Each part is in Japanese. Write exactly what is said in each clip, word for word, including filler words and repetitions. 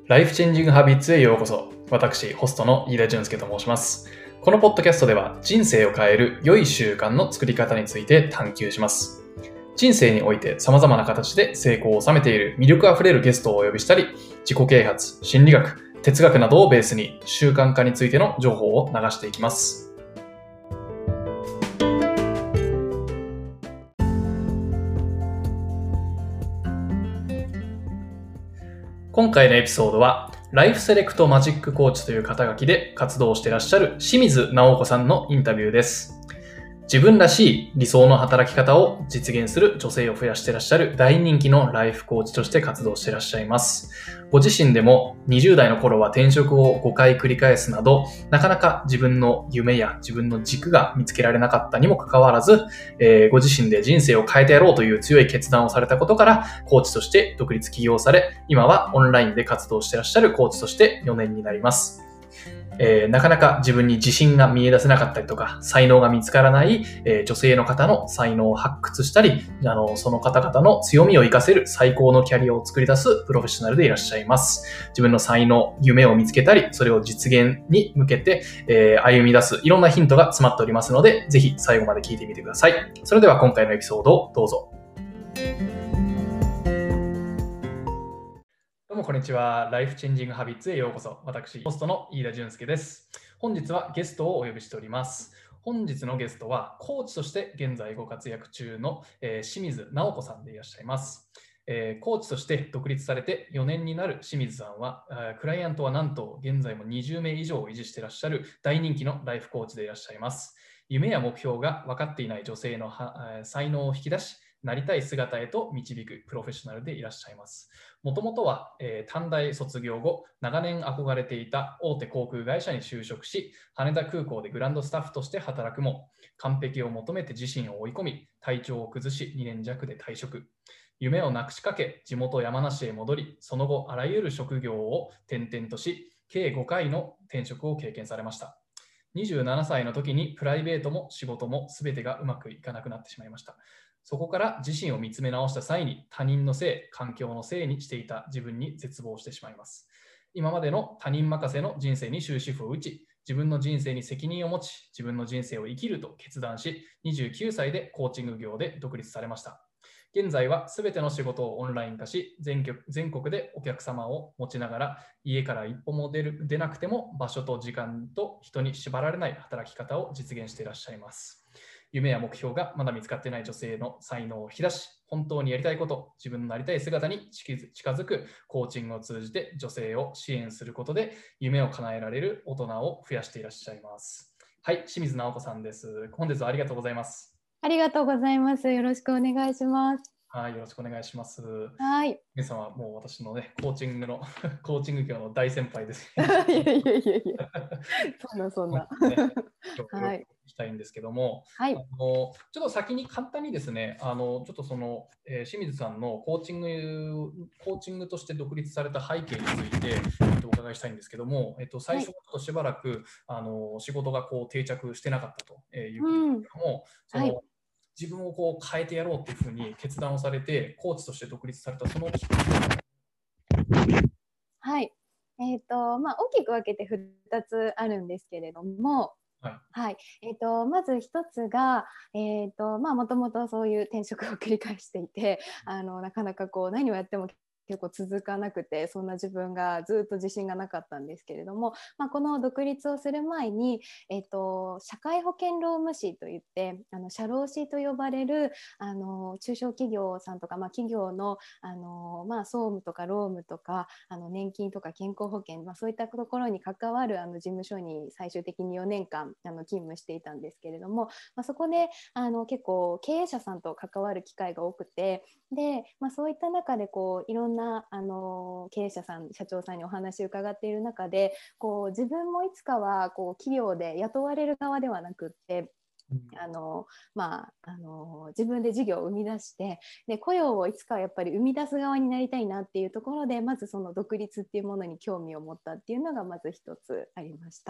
ライフチェンジングハビッツへようこそ。私、ホストの飯田俊介と申します。このポッドキャストでは人生を変える良い習慣の作り方について探求します。人生において様々な形で成功を収めている魅力あふれるゲストをお呼びしたり、自己啓発、心理学、哲学などをベースに習慣化についての情報を流していきます。今回のエピソードはライフセレクトマジックコーチという肩書きで活動していらっしゃる清水直子さんのインタビューです。自分らしい理想の働き方を実現する女性を増やしていらっしゃる大人気のライフコーチとして活動していらっしゃいます。ご自身でもにじゅう代の頃は転職をごかい繰り返すなど、なかなか自分の夢や自分の軸が見つけられなかったにもかかわらず、えー、ご自身で人生を変えてやろうという強い決断をされたことから、コーチとして独立起業され、今はオンラインで活動していらっしゃるコーチとしてよねんになります。えー、なかなか自分に自信が見え出せなかったりとか、才能が見つからない、えー、女性の方の才能を発掘したり、あの、その方々の強みを活かせる最高のキャリアを作り出すプロフェッショナルでいらっしゃいます。自分の才能、夢を見つけたり、それを実現に向けて、えー、歩み出すいろんなヒントが詰まっておりますので、ぜひ最後まで聞いてみてください。それでは今回のエピソードをどうぞ。どうもこんにちは。ライフチェンジングハビッツへようこそ。私、ホストの飯田俊介です。本日はゲストをお呼びしております。本日のゲストは、コーチとして現在ご活躍中の、えー、清水直子さんでいらっしゃいます。えー、コーチとして独立されてよねんになる清水さんは、えー、クライアントはなんと現在もにじゅうめい以上を維持していらっしゃる大人気のライフコーチでいらっしゃいます。夢や目標が分かっていない女性のは、えー、才能を引き出し、なりたい姿へと導くプロフェッショナルでいらっしゃいます。もともとは、えー、短大卒業後、長年憧れていた大手航空会社に就職し、羽田空港でグランドスタッフとして働くも、完璧を求めて自身を追い込み、体調を崩しにねん弱で退職。夢をなくしかけ、地元山梨へ戻り、その後、あらゆる職業を転々とし、計ごかいの転職を経験されました。にじゅうななさいの時にプライベートも仕事も全てがうまくいかなくなってしまいました。そこから自身を見つめ直した際に他人のせい、環境のせいにしていた自分に絶望してしまいます。今までの他人任せの人生に終止符を打ち、自分の人生に責任を持ち、自分の人生を生きると決断し、にじゅうきゅうさいでコーチング業で独立されました。現在はすべての仕事をオンライン化し、全国、全国でお客様を持ちながら、家から一歩も出る、出なくても場所と時間と人に縛られない働き方を実現していらっしゃいます。夢や目標がまだ見つかっていない女性の才能を引き出し、本当にやりたいこと、自分のなりたい姿に近づくコーチングを通じて女性を支援することで夢を叶えられる大人を増やしていらっしゃいます。はい、清水直子さんです。本日はありがとうございます。 ありがとうございます。よろしくお願いします。 はい、よろしくお願いします。 はい。 皆さんはもう私のね、コーチングのコーチング業の大先輩です。 いやいやいやいや。そんなそんな。 ね、今日はい。聞きたいんですけども、 はい、 あのちょっと先に簡単にですね、あのちょっとその、えー、清水さんのコーチングコーチングとして独立された背景について、えっと、お伺いしたいんですけども、えっと、最初はちょっとしばらく、はい、あの仕事がこう定着してなかったということですけども、うん、その、はい、自分をこう変えてやろうっていうふうに決断をされて、コーチとして独立されたそのきっかけ。 はい。えーとまあ、大きく分けてふたつあるんですけれども、はいはいえー、とまずひとつが、えーとまあ、もともとそういう転職を繰り返していて、あのなかなかこう何をやっても結構続かなくて、そんな自分がずっと自信がなかったんですけれども、まあ、この独立をする前に、えーと、社会保険労務士といってあの社労士と呼ばれるあの中小企業さんとか、まあ、企業の、あの、まあ、総務とか労務とかあの年金とか健康保険、まあ、そういったところに関わるあの事務所に最終的によねんかんあの勤務していたんですけれども、まあ、そこであの結構経営者さんと関わる機会が多くて、で、まあ、そういった中でこういろんなあの経営者さん社長さんにお話を伺っている中で、こう自分もいつかはこう企業で雇われる側ではなくって、あのまあ、あの自分で事業を生み出して、で雇用をいつかはやっぱり生み出す側になりたいなっていうところで、まずその独立っていうものに興味を持ったっていうのがまず一つありました。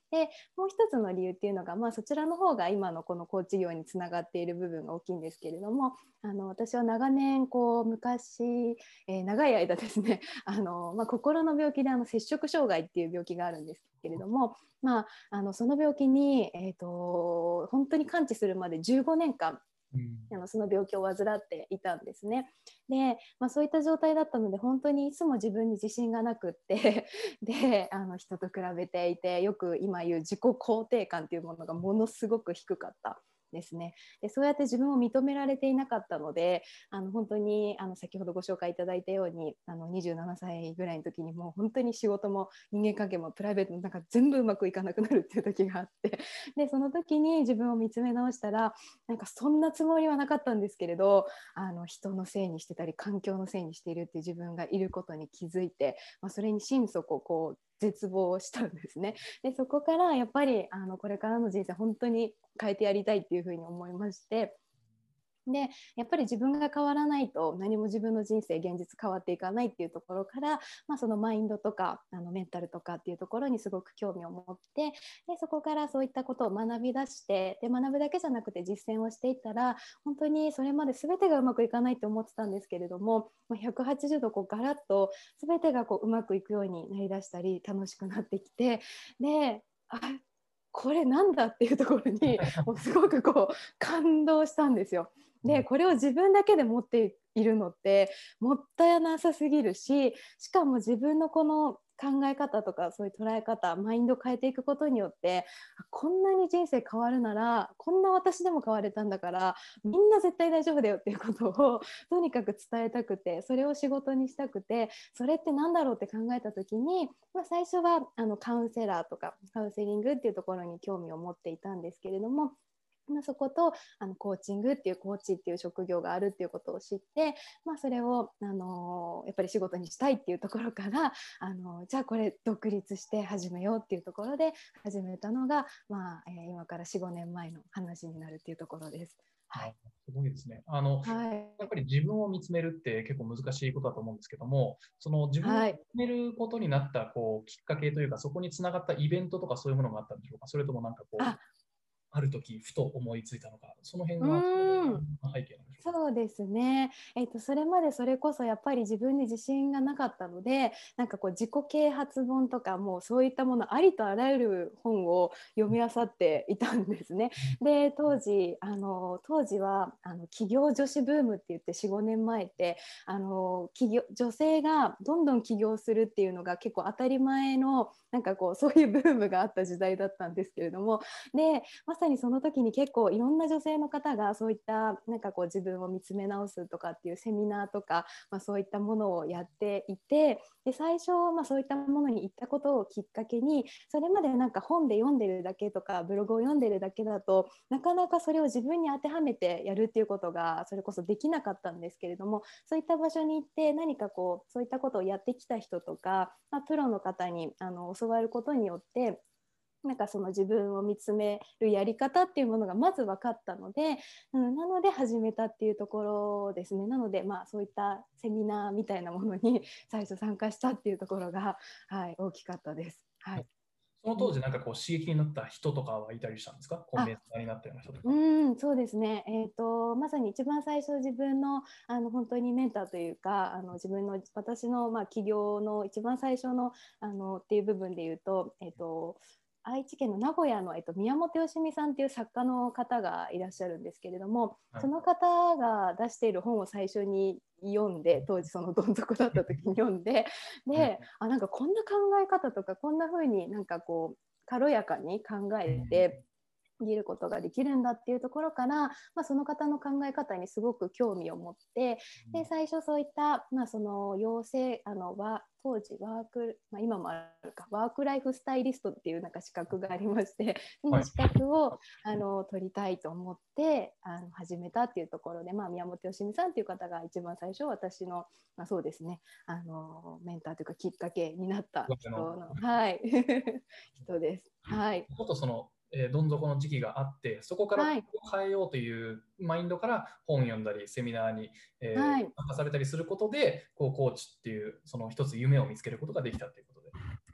でもう一つの理由っていうのが、まあ、そちらの方が今のこのコーチ業につながっている部分が大きいんですけれども、あの私は長年こう昔、えー、長い間ですねあの、まあ、心の病気であの摂食障害っていう病気があるんですけれども、まあ、あのその病気に、えーと、本当に完治するまでじゅうごねんかんうん、 あのその病気を患っていたんですね。で、まあ、そういった状態だったので本当にいつも自分に自信がなくってであの人と比べていて、よく今言う自己肯定感っていうものがものすごく低かったですね。でそうやって自分を認められていなかったので、あの本当にあの先ほどご紹介いただいたように、あのにじゅうななさいぐらいの時にもう本当に仕事も人間関係もプライベートもなんか全部うまくいかなくなるっていう時があって、でその時に自分を見つめ直したら、なんかそんなつもりはなかったんですけれど、あの人のせいにしてたり環境のせいにしているっていう自分がいることに気づいて、まあ、それに心底こう絶望したんですね。でそこからやっぱりあのこれからの人生本当に変えてやりたいっていうふうに思いまして、でやっぱり自分が変わらないと何も自分の人生現実変わっていかないっていうところから、まあ、そのマインドとかあのメンタルとかっていうところにすごく興味を持って、でそこからそういったことを学び出して、で学ぶだけじゃなくて実践をしていったら、本当にそれまで全てがうまくいかないと思ってたんですけれども、ひゃくはちじゅうどこうガラッと全てがこううまくいくようになりだしたり楽しくなってきて、であこれなんだっていうところにもうすごくこう感動したんですよ。でこれを自分だけで持っているのってもったいなさすぎるし、しかも自分のこの考え方とかそういう捉え方、マインドを変えていくことによって、こんなに人生変わるならこんな私でも変われたんだから、みんな絶対大丈夫だよっていうことをとにかく伝えたくて、それを仕事にしたくて、それって何だろうって考えた時に、まあ、最初はあのカウンセラーとかカウンセリングっていうところに興味を持っていたんですけれども、まあ、そことあのコーチングっていうコーチっていう職業があるっていうことを知って、まあ、それを、あのーやっぱり仕事にしたいっていうところから、あのーじゃあこれ独立して始めようっていうところで始めたのが、まあえー今からよん、ごねんまえの話になるっていうところです。はあ、 い、 すごいですね。あの、 はい、 やっぱり自分を見つめるって結構難しいことだと思うんですけども、その自分を見はい。 つめることになったこうきっかけというか、そこにつながったイベントとかそういうものがあったんでしょうか。それともなんかこう、 あ、 ある時ふと思いついたのか、その辺うはーんどんな背景なんでしょうか。 そうですね、えーと、それまでそれこそやっぱり自分に自信がなかったので、なんかこう自己啓発本とかもうそういったものありとあらゆる本を読み漁っていたんですね。で当時あの当時はあの起業女子ブームって言ってよん、ごねんまえってあの起業女性がどんどん起業するっていうのが結構当たり前のなんかこうそういうブームがあった時代だったんですけれども、でまさにその時に結構いろんな女性の方がそういったなんかこう自分を見つめ直すとかっていうセミナーとか、まあ、そういったものをやっていて、で最初、まあ、そういったものに行ったことをきっかけに、それまでなんか本で読んでるだけとかブログを読んでるだけだとなかなかそれを自分に当てはめてやるっていうことがそれこそできなかったんですけれども、そういった場所に行って何かこうそういったことをやってきた人とか、まあ、プロの方にあの教わることによってなんかその自分を見つめるやり方っていうものがまず分かったので、うん、なので始めたっていうところですね。なのでまあそういったセミナーみたいなものに最初参加したっていうところが、はい、大きかったです。はい。 その当時なんかこう刺激になった人とかはいたりしたんですか。こうメあ、 ンターになったような人とうか。 ん、そうですね。えっと、まさに一番最初自分の、あの、本当にメンターというか、あの、自分の、私の、まあ、起業の一番最初の、あの、っていう部分で言うと、えっと、愛知県の名古屋の、えっと、宮本よしみさんっていう作家の方がいらっしゃるんですけれども、 はい。 その方が出している本を最初に読んで、当時そのどん底だった時に読んで、で、あ、なんかこんな考え方とか、こんな風になんかこう、軽やかに考えて、見ることができるんだっていうところから、まあ、その方の考え方にすごく興味を持って、で最初そういった、まあ、その養成あのは当時ワーク、まあ、今もあるかワークライフスタイリストっていうなんか資格がありまして、そのはい。 資格をあの取りたいと思ってあの始めたっていうところで、まあ、宮本よしみさんっていう方が一番最初私の、まあ、そうですねあのメンターというかきっかけになった人のの、はい、人です。はい、 ちょっとその、えーどん底の時期があって、そこからはい、 変えようというマインドから本を読んだり、セミナーに、えーはい。 参加されたりすることで、こうコーチっていう、その一つ夢を見つけることができたということで。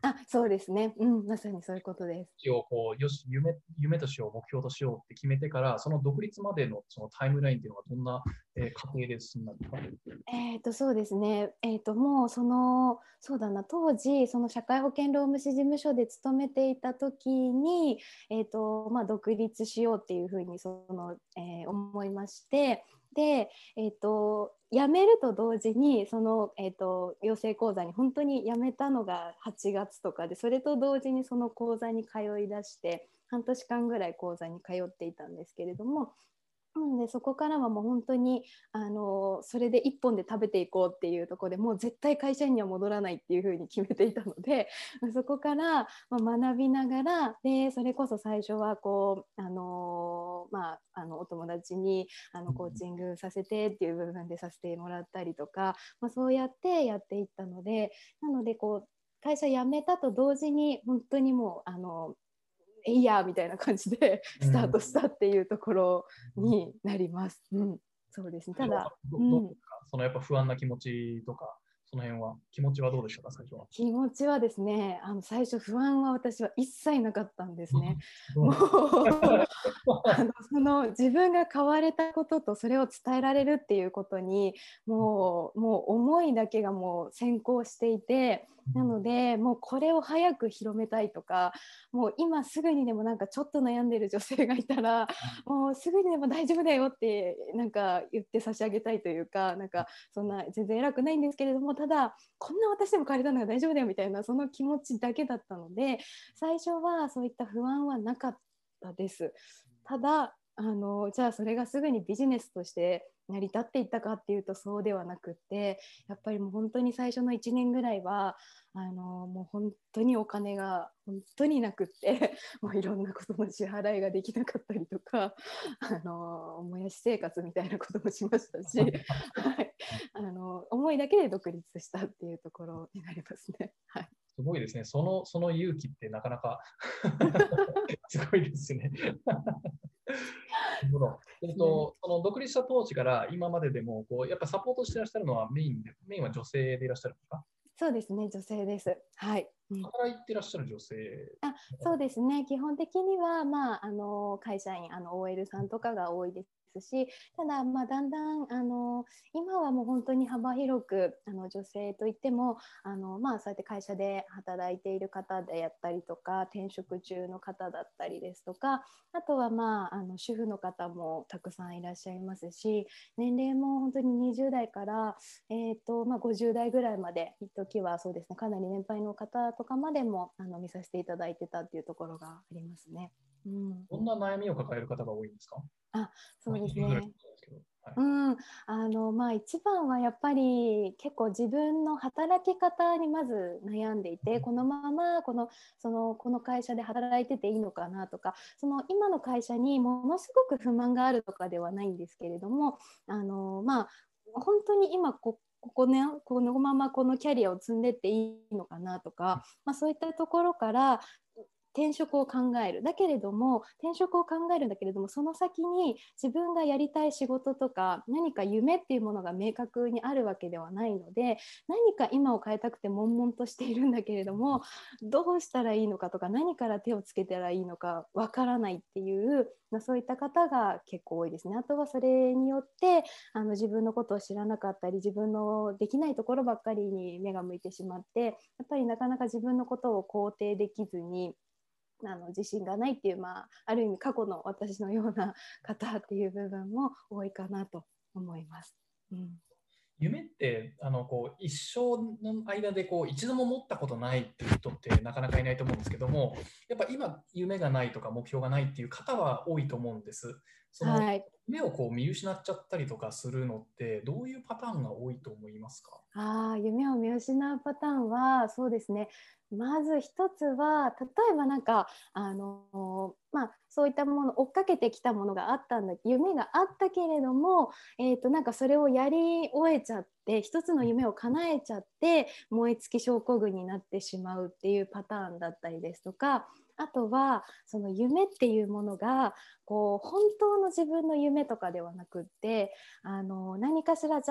あ、そうですね。うん、まさにそういうことです。 をこうよし夢、夢としよう、目標としようって決めてから、その独立までのそのタイムラインっていうのはどんな、えー、過程で進んだんですか？ えーと、そうですね。えーと、もうその、そうだな、当時、その社会保険労務士事務所で勤めていた時に、えーと、まあ、独立しようっていうふうにその、えー思いまして、で、えーと、辞めると同時に、その、えーと、養成講座に本当に辞めたのがはちがつとかで、それと同時にその講座に通い出して、半年間ぐらい講座に通っていたんですけれども、なのでそこからはもう本当にあのそれで一本で食べていこうっていうところでもう絶対会社員には戻らないっていうふうに決めていたのでそこから学びながらでそれこそ最初はこうあの、まあ、あのお友達にあのコーチングさせてっていう部分でさせてもらったりとか、まあ、そうやってやっていったのでなのでこう会社辞めたと同時に本当にもうあのいいやみたいな感じでスタートしたっていうところになります。うん、そうですね。ただ、 どうん、 どうですか、そのやっぱ不安な気持ちとか、その辺は、気持ちはどうでしたか、最初は。 気持ちはですね、あの最初不安は私は一切なかったんですね。もうあのその自分が変われたこととそれを伝えられるっていうことにもうもう思いだけがもう先行していてなのでもうこれを早く広めたいとかもう今すぐにでもなんかちょっと悩んでる女性がいたらもうすぐにでも大丈夫だよってなんか言って差し上げたいというかなんかそんな全然偉くないんですけれどもただこんな私でも変われたのが大丈夫だよみたいなその気持ちだけだったので最初はそういった不安はなかったです。ただあのじゃあそれがすぐにビジネスとして成り立っていったかっていうとそうではなくってやっぱりもう本当に最初のいちねんぐらいはあのもう本当にお金が本当になくってもういろんなことの支払いができなかったりとかあのもやし生活みたいなこともしましたし、はい、あの思いだけで独立したっていうところになりますね。はい、 すごいですね。その、その勇気ってなかなかすごいですね。なるほど。えっね、 と、その独立した当時から今まででも、こう、やっぱサポートしてらっしゃるのはメインで、メインは女性でいらっしゃるんですか？ そうですね女性です。はい、うん、 働いてらっしゃる女性あ、 の方。 そうですね。基本的には、まあ、あの会社員あの オーエル さんとかが多いですし、ただ、まあ、だんだんあの今はもう本当に幅広くあの女性といってもあの、まあ、そうやって会社で働いている方であったりとか転職中の方だったりですとかあとは、まあ、あの主婦の方もたくさんいらっしゃいますし年齢も本当ににじゅう代から、えーとまあ、ごじゅう代ぐらいまで一時はそうですねかなり年配の方とかまでもあの見させていただいてたっていうところがありますね。うん、 どんな悩みを抱える方が多いんですか？ あ、そうまあ、一人ぐらいなですね。 んですけど。はい。 うん、あのまあ一番はやっぱり結構自分の働き方にまず悩んでいてこのままこのそのこの会社で働いてていいのかなとかその今の会社にものすごく不満があるとかではないんですけれどもあのまあ本当に今こここね、このままこのキャリアを積んでっていいのかなとか、まあ、そういったところから転職を考えるだけれども転職を考えるんだけれどもその先に自分がやりたい仕事とか何か夢っていうものが明確にあるわけではないので何か今を変えたくて悶々としているんだけれどもどうしたらいいのかとか何から手をつけたらいいのかわからないっていう、まあ、そういった方が結構多いですね。あとはそれによってあの自分のことを知らなかったり自分のできないところばっかりに目が向いてしまってやっぱりなかなか自分のことを肯定できずにあの自信がないっていう、まあ、ある意味過去の私のような方っていう部分も多いかなと思います。うん、 夢ってあのこう一生の間でこう一度も持ったことないっていう人ってなかなかいないと思うんですけどもやっぱ今夢がないとか目標がないっていう方は多いと思うんです。そのはい、 夢をこう見失っちゃったりとかするのってどういうパターンが多いと思いますか？ あ夢を見失うパターンはそうですねまず一つは例えばなんかあの、まあ、そういったもの追っかけてきたものがあったんだ夢があったけれども、えーと、なんかそれをやり終えちゃって一つの夢を叶えちゃって燃え尽き症候群になってしまうっていうパターンだったりですとかあとはその夢っていうものがこう本当の自分の夢とかではなくってあの何かしらじゃあ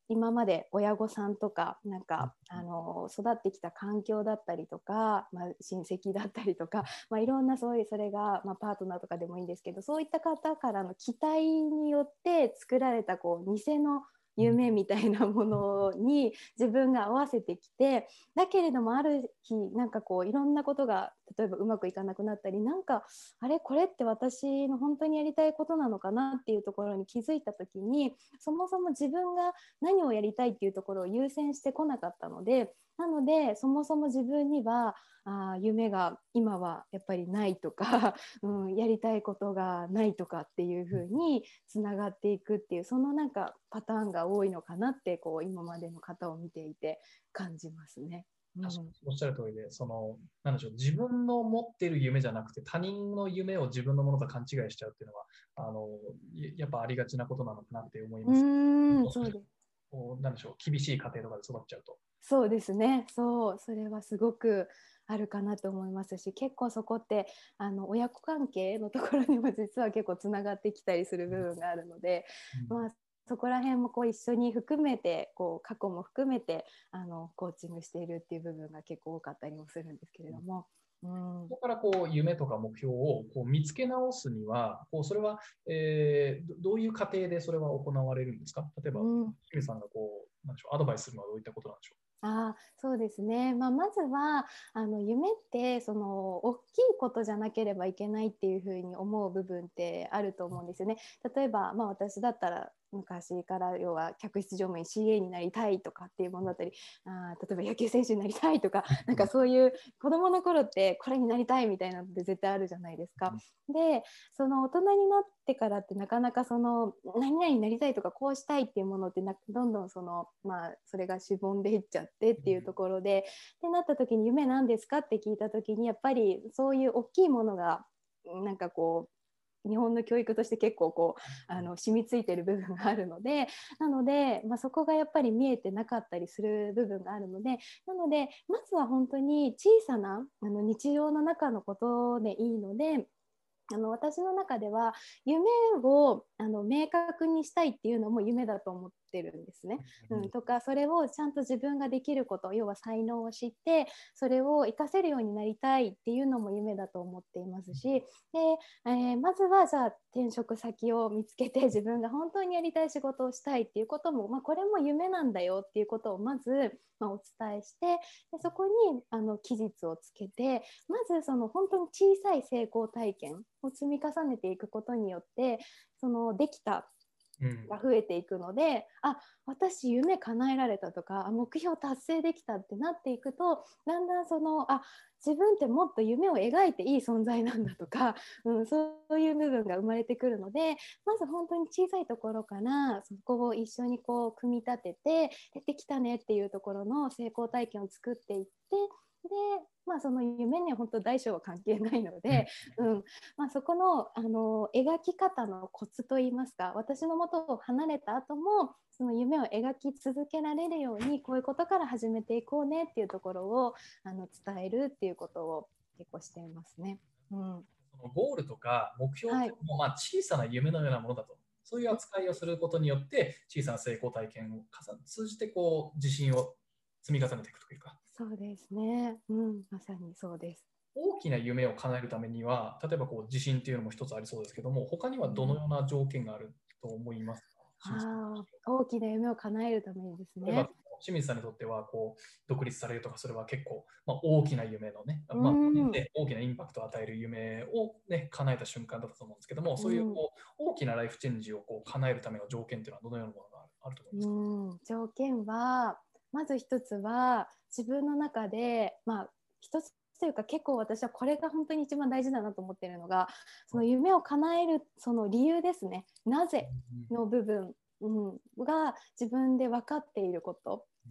今まで親御さんとかなんかあの育ってきた環境だったりとか、まあ、親戚だったりとか、まあ、いろんなそういうそれが、まあ、パートナーとかでもいいんですけど、そういった方からの期待によって作られたこう偽の夢みたいなものに自分が合わせてきて、だけれどもある日なんかこういろんなことが例えばうまくいかなくなったり、なんかあれこれって私の本当にやりたいことなのかなっていうところに気づいた時に、そもそも自分が何をやりたいっていうところを優先してこなかったので、なのでそもそも自分にはあ夢が今はやっぱりないとか、うん、やりたいことがないとかっていう風につながっていくっていう、そのなんかパターンが多いのかなってこう今までの方を見ていて感じますね。うん、 確かにおっしゃる通りで、その、なんでしょう、自分の持っている夢じゃなくて、他人の夢を自分のものと勘違いしちゃうっていうのは、あの、やっぱありがちなことなのかなって思います。 うーん、そうです。 こうなんでしょう、厳しい家庭とかで育っちゃうと。 そうですね。そう、それはすごくあるかなと思いますし、結構そこってあの親子関係のところにも実は結構つながってきたりする部分があるので、 うん、 まあ、そこら辺もこう一緒に含めてこう過去も含めてあのコーチングしているっていう部分が結構多かったりもするんですけれども。うん、 そこからこう夢とか目標をこう見つけ直すには、こうそれは、えーど、どういう過程でそれは行われるんですか？例えば、 うん、 清水さんがこうなんでしょう、アドバイスするのはどういったことなんでしょあ、そうですね、まあ、まずはあの夢ってその大きいことじゃなければいけないっていうふうに思う部分ってあると思うんですよね。例えば、まあ、私だったら昔から要は客室乗務員 シーエー になりたいとかっていうものだったり、あ、例えば野球選手になりたいとか、なんかそういう子どもの頃ってこれになりたいみたいなのって絶対あるじゃないですか。でその大人になってからってなかなかその何々になりたいとかこうしたいっていうものってなどんどんその、まあ、それがしぼんでいっちゃってっていうところで、ってなった時に夢なんですかって聞いた時にやっぱりそういう大きいものがなんかこう日本の教育として結構こうあの染みついてる部分があるので、なので、まあ、そこがやっぱり見えてなかったりする部分があるので、なのでまずは本当に小さなあの日常の中のことでいいので、あの私の中では夢をあの明確にしたいっていうのも夢だと思ってるんですね。うん、とかそれをちゃんと自分ができること、要は才能を知ってそれを活かせるようになりたいっていうのも夢だと思っていますし、で、えー、まずはじゃあ転職先を見つけて自分が本当にやりたい仕事をしたいっていうことも、まあ、これも夢なんだよっていうことをまず、まあ、お伝えして、でそこにあの期日をつけて、まずその本当に小さい成功体験を積み重ねていくことによってそのできたが増えていくので、うん、あ、私夢叶えられたとか目標達成できたってなっていくと、だんだんそのあ自分ってもっと夢を描いていい存在なんだとか、うん、そういう部分が生まれてくるので、まず本当に小さいところからそこを一緒にこう組み立てて、でできたねっていうところの成功体験を作っていって、で、まあ、その夢には本当大小は関係ないので、うんまあ、そこの、あの描き方のコツといいますか、私の元を離れた後もその夢を描き続けられるようにこういうことから始めていこうねっていうところをあの伝えるっていうことを結構していますね。うん、 そのゴールとか目標ってもうまあ小さな夢のようなものだと、そういう扱いをすることによって小さな成功体験を通じてこう自信を積み重ねていくというか。 そうですね、うん、まさにそうです。 大きな夢を叶えるためには、例えばこう自信っていうのも一つありそうですけども、他にはどのような条件があると思いますか？ あ、大きな夢を叶えるためにですね。 例えば清水さんにとってはこう独立されるとか、それは結構、まあ、大きな夢のね、まあね、大きなインパクトを与える夢を、ね、叶えた瞬間だったと思うんですけども、そういうこう大きなライフチェンジをこう叶えるための条件っていうのはどのようなものがあると思いますか？ うん、条件はまず一つは自分の中で、まあ、一つというか結構私はこれが本当に一番大事だなと思っているのが、その夢を叶えるその理由ですね。なぜの部分、うん、が自分で分かっていること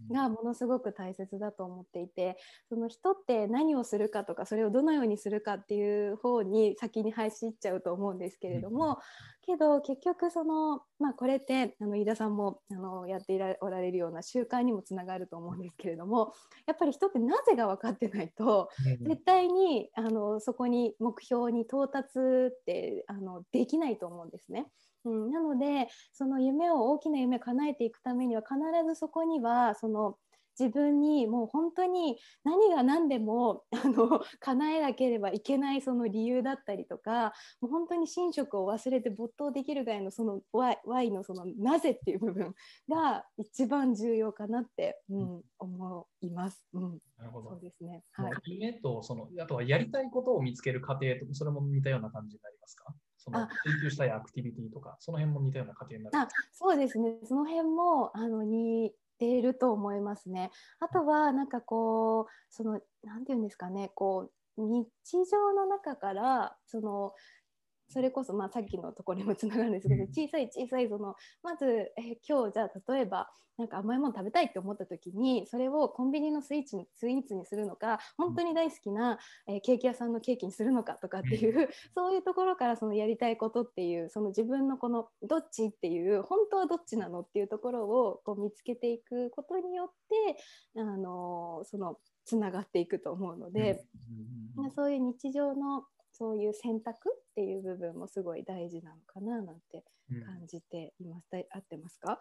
がものすごく大切だと思っていて、その人って何をするかとかそれをどのようにするかっていう方に先に走っちゃうと思うんですけれども、けど結局その、まあ、これってあの飯田さんもあのやっていらおられるような習慣にもつながると思うんですけれども、やっぱり人ってなぜが分かってないと絶対にあのそこに目標に到達ってあのできないと思うんですね。うん、なのでその夢を大きな夢を叶えていくためには必ずそこにはその自分にもう本当に何が何でもあの叶えなければいけないその理由だったりとか、もう本当に寝食を忘れて没頭できるぐらいのその Y, Y のそのなぜっていう部分が一番重要かなって、うん、思います。うん、 なるほど。 そうですね。はい。 夢とそのあとはやりたいことを見つける過程とそれも似たような感じになりますか？その追求したいアクティビティとかその辺も似たような過程になる。 あ、そうですね。その辺もあの似ていると思いますね。あとはなんかこうそのなんていうんですかね、こう日常の中からそのそれこそまあさっきのところにもつながるんですけど、小さい小さいそのまずえ今日じゃあ例えばなんか甘いもの食べたいって思った時にそれをコンビニのスイーツにスイーツにするのか、本当に大好きな、えーケーキ屋さんのケーキにするのかとかっていうそういうところからそのやりたいことっていうその自分のこのどっちっていう本当はどっちなのっていうところをこう見つけていくことによってあのそのつながっていくと思うので、そういう日常のそういう選択っていう部分もすごい大事なのかななんて感じています。うん、合ってますか？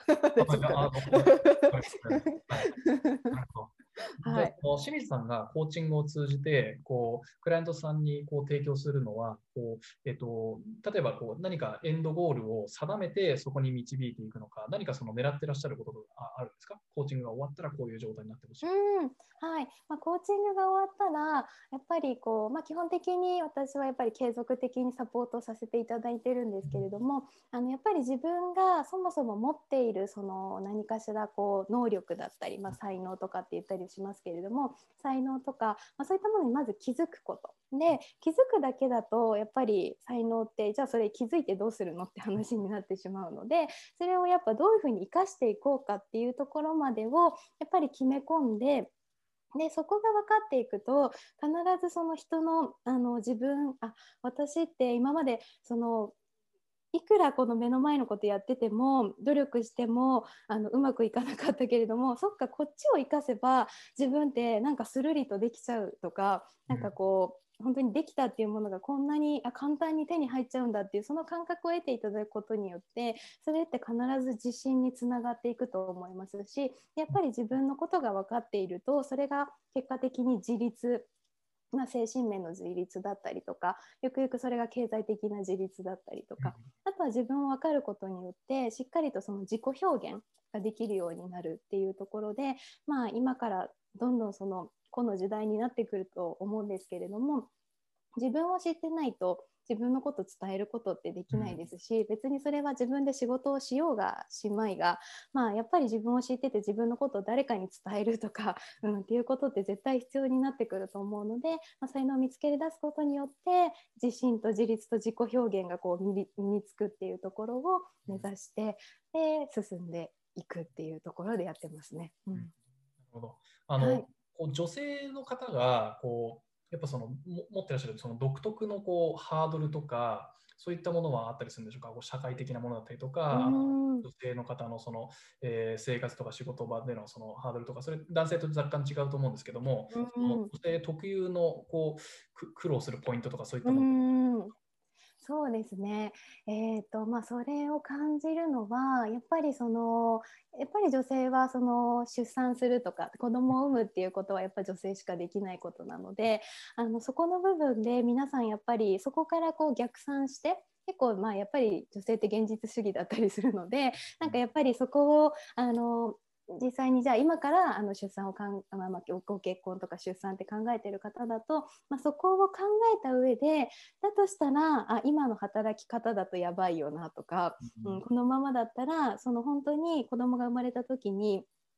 じゃあ、清水さんがコーチングを通じてこうクライアントさんにこう提供するのはこう、えっと、例えばこう何かエンドゴールを定めてそこに導いていくのか、何かその狙ってらっしゃることがあるんですか？コーチングが終わったらこういう状態になってほしい。 うん、はい。まあ、コーチングが終わったらやっぱりこう、まあ、基本的に私はやっぱり継続的にサポートさせていただいてるんですけれども、あのやっぱり自分がそもそも持っているその何かしらこう能力だったり、まあ、才能とかって言ったりしますけれども、才能とか、まあ、そういったものにまず気づくことで、気づくだけだとやっぱり才能ってじゃあそれ気づいてどうするのって話になってしまうので、それをやっぱどういうふうに生かしていこうかっていうところまでをやっぱり決め込んで、でそこが分かっていくと必ずその人の、あの自分あ私って今までそのいくらこの目の前のことやってても努力してもあのうまくいかなかったけれども、そっかこっちを生かせば自分ってなんかスルリとできちゃうとか、なんかこう本当にできたっていうものがこんなにあ簡単に手に入っちゃうんだっていうその感覚を得ていただくことによってそれって必ず自信につながっていくと思いますし、やっぱり自分のことが分かっているとそれが結果的に自立、まあ、精神面の自立だったりとか、ゆくゆくそれが経済的な自立だったりとか、あとは自分を分かることによってしっかりとその自己表現ができるようになるっていうところで、まあ、今からどんどんそのこの時代になってくると思うんですけれども、自分を知ってないと自分のことを伝えることってできないですし、別にそれは自分で仕事をしようがしまいが、まあ、やっぱり自分を知ってて自分のことを誰かに伝えるとか、うん、っていうことって絶対必要になってくると思うので、まあ、才能を見つけ出すことによって自信と自立と自己表現がこう身につくっていうところを目指してで進んでいくっていうところでやってますね。うん、なるほど。あの、はい、こう女性の方がこうやっぱその持ってらっしゃるその独特のこうハードルとかそういったものはあったりするんでしょうか？こう社会的なものだったりとか、あと女性の方のその、えー、生活とか仕事場でのそのハードルとか、それ男性と若干違うと思うんですけども、その女性特有のこう苦労するポイントとかそういったもの。 そうですね、えーとまあ、それを感じるのはやっぱりそのやっぱり女性はその出産するとか子供を産むっていうことはやっぱり女性しかできないことなので、あのそこの部分で皆さんやっぱりそこからこう逆算して結構まあやっぱり女性って現実主義だったりするので、なんかやっぱりそこをあの実際にじゃあ今からあの出産をかん、まあ、ご結婚とか出産って考えている方だと、まあ、そこを考えた上でだとしたらあ今の働き方だとやばいよなとか、うん、このままだったらその本当に子供が生まれた時に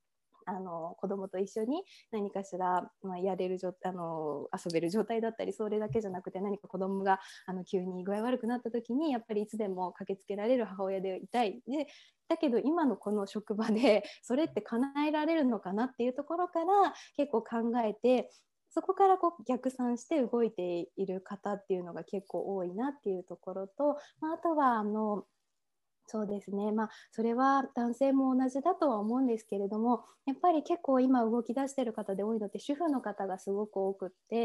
あの子供と一緒に何かしら、まあ、やれる状あの遊べる状態だったり、それだけじゃなくて何か子供があの急に具合悪くなった時にやっぱりいつでも駆けつけられる母親でいたい。でだけど今のこの職場でそれって叶えられるのかなっていうところから結構考えて、そこからこう逆算して動いている方っていうのが結構多いなっていうところと、まあ、あとはあのそうですね、まあ、それは男性も同じだとは思うんですけれども、やっぱり結構今動き出している方で多いのって主婦の方がすごく多くって、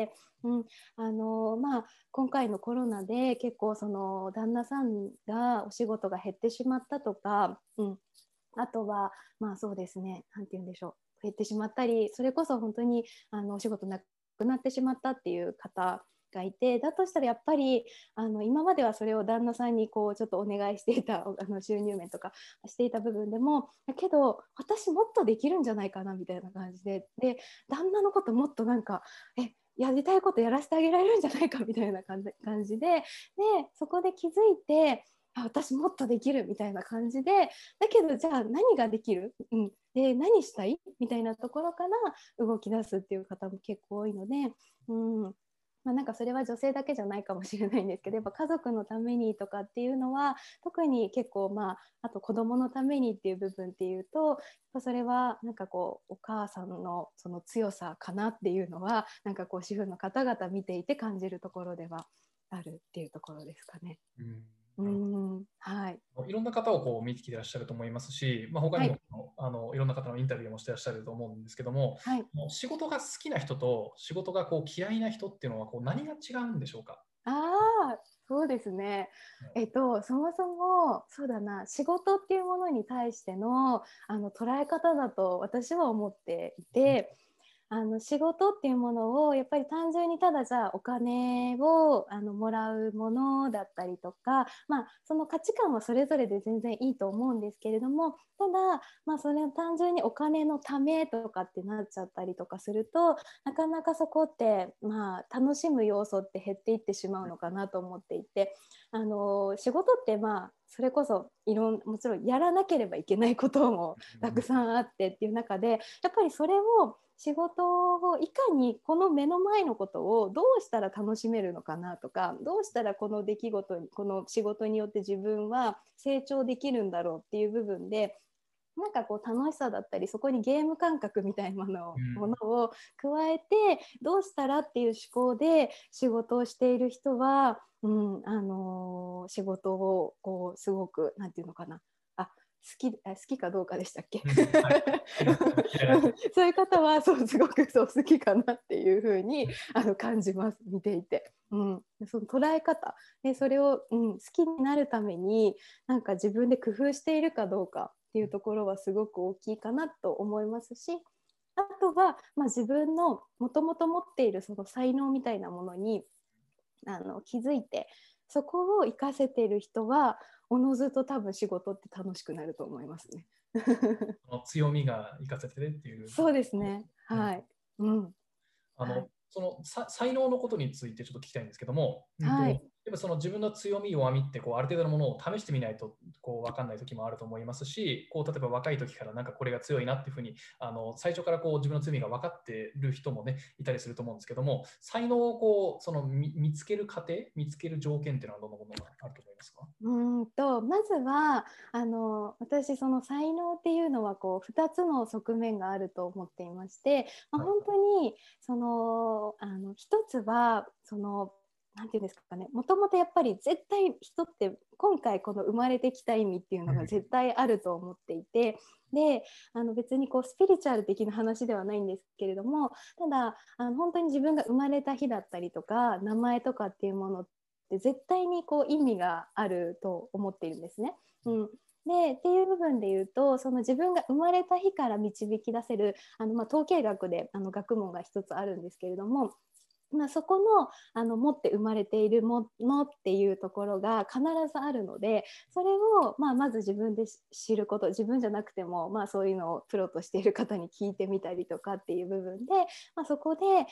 うんあのまあ、今回のコロナで結構その旦那さんがお仕事が減ってしまったとか、うん、あとはまあそうですね、なんて言うんでしょう、減ってしまったり、それこそ本当にあのお仕事なくなってしまったっていう方がいて、だとしたらやっぱりあの今まではそれを旦那さんにこうちょっとお願いしていたあの収入面とかしていた部分でも、だけど私もっとできるんじゃないかなみたいな感じで、で旦那のこともっとなんかえやりたいことやらせてあげられるんじゃないかみたいな感じ感じで、でそこで気づいて、あ私もっとできるみたいな感じで、だけどじゃあ何ができる、うん、で何したいみたいなところから動き出すっていう方も結構多いので、うんまあ、なんかそれは女性だけじゃないかもしれないんですけど、やっぱ家族のためにとかっていうのは特に結構、まあ、あと子供のためにっていう部分っていうと、やっぱそれはなんかこうお母さんのその強さかなっていうのは、なんかこう主婦の方々見ていて感じるところではあるっていうところですかね。 うんうんはい、 いろんな方をこう見てきていらっしゃると思いますし、まあ、他にも、 はい、 あのいろんな方のインタビューもしてらっしゃると思うんですけども、 はい、 仕事が好きな人と仕事がこう嫌いな人っていうのはこう何が違うんでしょうか？ ああ、そうですね。えっと、そもそも、そうだな、仕事っていうものに対しての、あの捉え方だと私は思っていて、あの仕事っていうものをやっぱり単純にただじゃあお金をあのもらうものだったりとか、まあ、その価値観はそれぞれで全然いいと思うんですけれども、ただ、まあ、それを単純にお金のためとかってなっちゃったりとかすると、なかなかそこって、まあ、楽しむ要素って減っていってしまうのかなと思っていて、あの仕事ってまあそれこそいろんもちろんやらなければいけないこともたくさんあってっていう中で、やっぱりそれを仕事をいかにこの目の前のことをどうしたら楽しめるのかなとか、どうしたらこの出来事にこの仕事によって自分は成長できるんだろうっていう部分で、なんかこう楽しさだったり、そこにゲーム感覚みたいなものを、ものを加えてどうしたらっていう思考で仕事をしている人は、うんあのー仕事をこうすごくなんていうのかな、あ好き好きかどうかでしたっけ、 うんはい、 そういう方はそうすごくそう好きかなっていうふうにあの感じます、見ていて。うん、その捉え方でそれを、うん、好きになるためになんか自分で工夫しているかどうかっていうところはすごく大きいかなと思いますし、あとは、まあ、自分のもともと持っているその才能みたいなものにあの気づいて、そこを活かせている人はおのずと多分仕事って楽しくなると思いますね。 その強みが活かせてるっていう。 そうですね。はい。うん。 あの、 はい。 そのさ才能のことについてちょっと聞きたいんですけども、うんと、 はい。 やっぱその自分の強み、弱みってこうある程度のものを試してみないとこう分かんない時もあると思いますし、こう例えば若い時からなんかこれが強いなっていうふうにあの最初からこう自分の強みが分かっている人もねいたりすると思うんですけども、才能をこうその見見つける過程、見つける条件っていうのはどんなものがあると思いますか？ うんとまずはあの私その才能っていうのはこうふたつの側面があると思っていまして、まあ、 はい。 本当にそのあのひとつはそのなんていうんですかね、もともとやっぱり絶対人って今回この生まれてきた意味っていうのが絶対あると思っていて、であの別にこうスピリチュアル的な話ではないんですけれども、ただあの本当に自分が生まれた日だったりとか名前とかっていうものって絶対にこう意味があると思っているんですね。うん、でっていう部分で言うと、その自分が生まれた日から導き出せるあの、まあ、統計学であの学問が一つあるんですけれども、まあ、そこの、あの持って生まれているものっていうところが必ずあるので、それを、まあ、まず自分で知ること、自分じゃなくても、まあ、そういうのをプロとしている方に聞いてみたりとかっていう部分で、まあ、そこで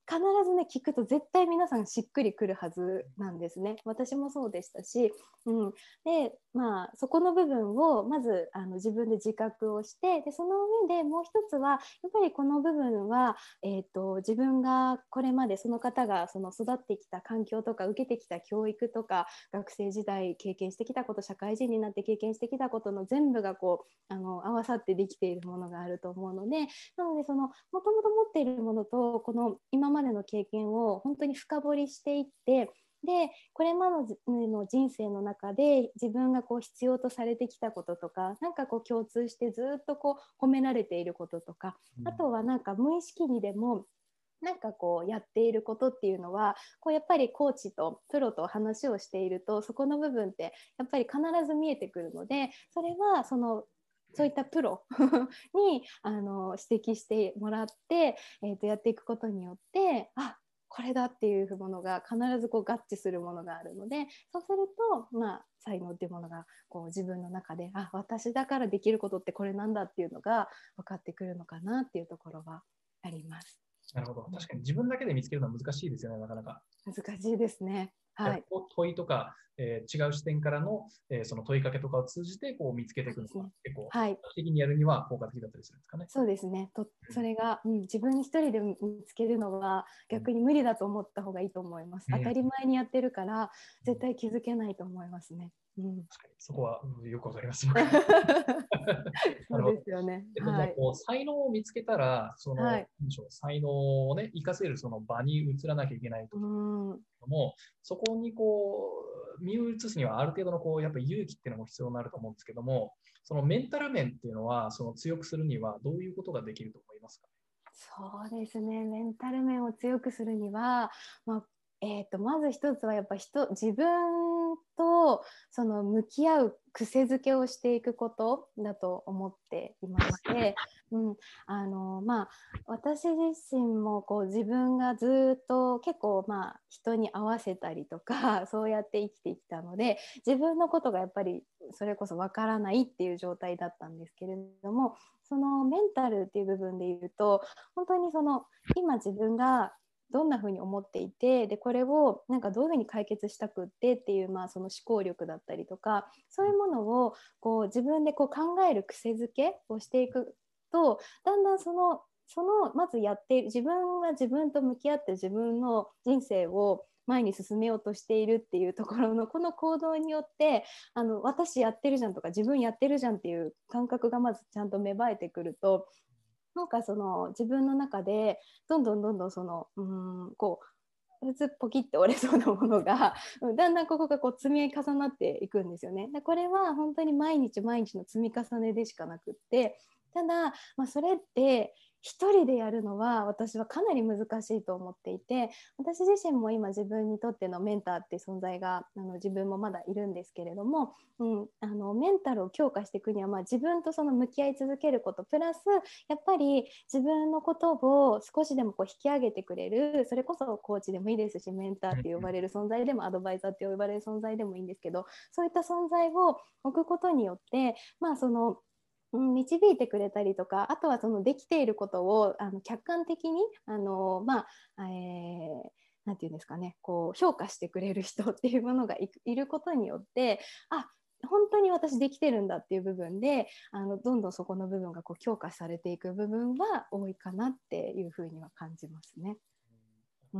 必ずね聞くと絶対皆さんしっくりくるはずなんですね。私もそうでしたし、うん、でまあそこの部分をまずあの自分で自覚をして、でその上でもう一つはやっぱりこの部分は、えーと、自分がこれまでその方がその育ってきた環境とか受けてきた教育とか学生時代経験してきたこと、社会人になって経験してきたことの全部がこうあの合わさってできているものがあると思うので、なのでそのもともと持っているものとこの今までの経験を本当に深掘りしていって、でこれまでの人生の中で自分がこう必要とされてきたこととか、なんかこう共通してずっとこう褒められていることとか、あとはなんか無意識にでもなんかこうやっていることっていうのはこうやっぱりコーチとプロと話をしているとそこの部分ってやっぱり必ず見えてくるので、それはそのそういったプロにあの指摘してもらって、えー、とやっていくことによって、あこれだっていうものが必ずこう合致するものがあるので、そうすると、まあ、才能っていうものがこう自分の中で、あ私だからできることってこれなんだっていうのが分かってくるのかなっていうところはあります。 なるほど。確かに自分だけで見つけるのは難しいですよね、なかなか。 難しいですね。はい、 問いとか、えー、違う視点からの、えー、その問いかけとかを通じてこう見つけていくのが、ね、結構、はい、的にやるには効果的だったりするんですかね。 そうですね。とそれが、うん、自分一人で見つけるのは逆に無理だと思った方がいいと思います。うん、当たり前にやってるから絶対気づけないと思いますね。うん、 確かにそこは、うん、よくわかります。 そうですよね。 えっと、はい、こう才能を見つけたら、その、はい、才能をね、活かせるその場に移らなきゃいけないと。うんもそこにこう身を移すにはある程度のこうやっぱり勇気っていうのも必要になると思うんですけども、そのメンタル面っていうのはその強くするにはどういうことができると思いますか？ そうですね、メンタル面を強くするには、まあえー、とまず一つはやっぱ人自分とその向き合う癖づけをしていくことだと思っていまして、うんあのまあ、私自身もこう自分がずっと結構まあ人に合わせたりとかそうやって生きてきたので、自分のことがやっぱりそれこそわからないっていう状態だったんですけれども、そのメンタルっていう部分で言うと本当にその今自分がどんなふうに思っていて、でこれをなんかどういうふうに解決したくってっていう、まあ、その思考力だったりとか、そういうものをこう自分でこう考える癖づけをしていくと、だんだんそのそのまずやって自分は自分と向き合って自分の人生を前に進めようとしているっていうところのこの行動によって、あの私やってるじゃんとか自分やってるじゃんっていう感覚がまずちゃんと芽生えてくると、なんかその自分の中でどんどんどんどんそのうーんこう普通ポキって折れそうなものがだんだんここがこう積み重なっていくんですよね。でこれは本当に毎日毎日の積み重ねでしかなくって、ただ、まあ、それって一人でやるのは私はかなり難しいと思っていて、私自身も今自分にとってのメンターっていう存在があの自分もまだいるんですけれども、うん、あのメンタルを強化していくには、まあ、自分とその向き合い続けることプラスやっぱり自分のことを少しでもこう引き上げてくれる、それこそコーチでもいいですし、メンターって呼ばれる存在でもアドバイザーって呼ばれる存在でもいいんですけど、そういった存在を置くことによって、まあその導いてくれたりとか、あとはそのできていることをあの客観的にあの、まあえー、なんていうんですかね、こう評価してくれる人っていうものが い, いることによって、あ本当に私できてるんだっていう部分であのどんどんそこの部分がこう強化されていく部分は多いかなっていうふうには感じますね。うん、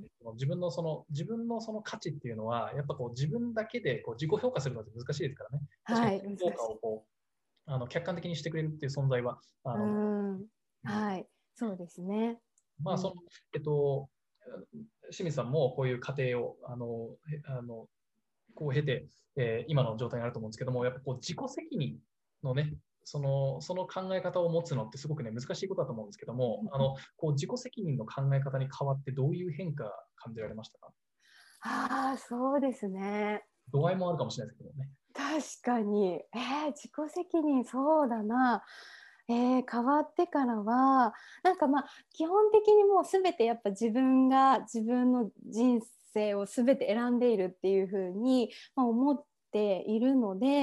自分のその自分のその価値っていうのはやっぱこう自分だけでこう自己評価するのって難しいですからね。 はい、 確かに評価をこうあの客観的にしてくれるっていう存在はあの、 うんはい、そうですね。 まあその、えっと清水さんもこういう過程をあのあのこう経て、えー、今の状態になると思うんですけども、やっぱこう自己責任のね、そのその考え方を持つのってすごくね難しいことだと思うんですけども、あのこう自己責任の考え方に変わってどういう変化が感じられましたか？ ああ、そうですね。 度合いもあるかもしれないですけどね。 確かに、えー、自己責任そうだな、えー、変わってからはなんかまあ基本的にもう全てやっぱ自分が自分の人生を全て選んでいるっていう風に、まあ、思っているので、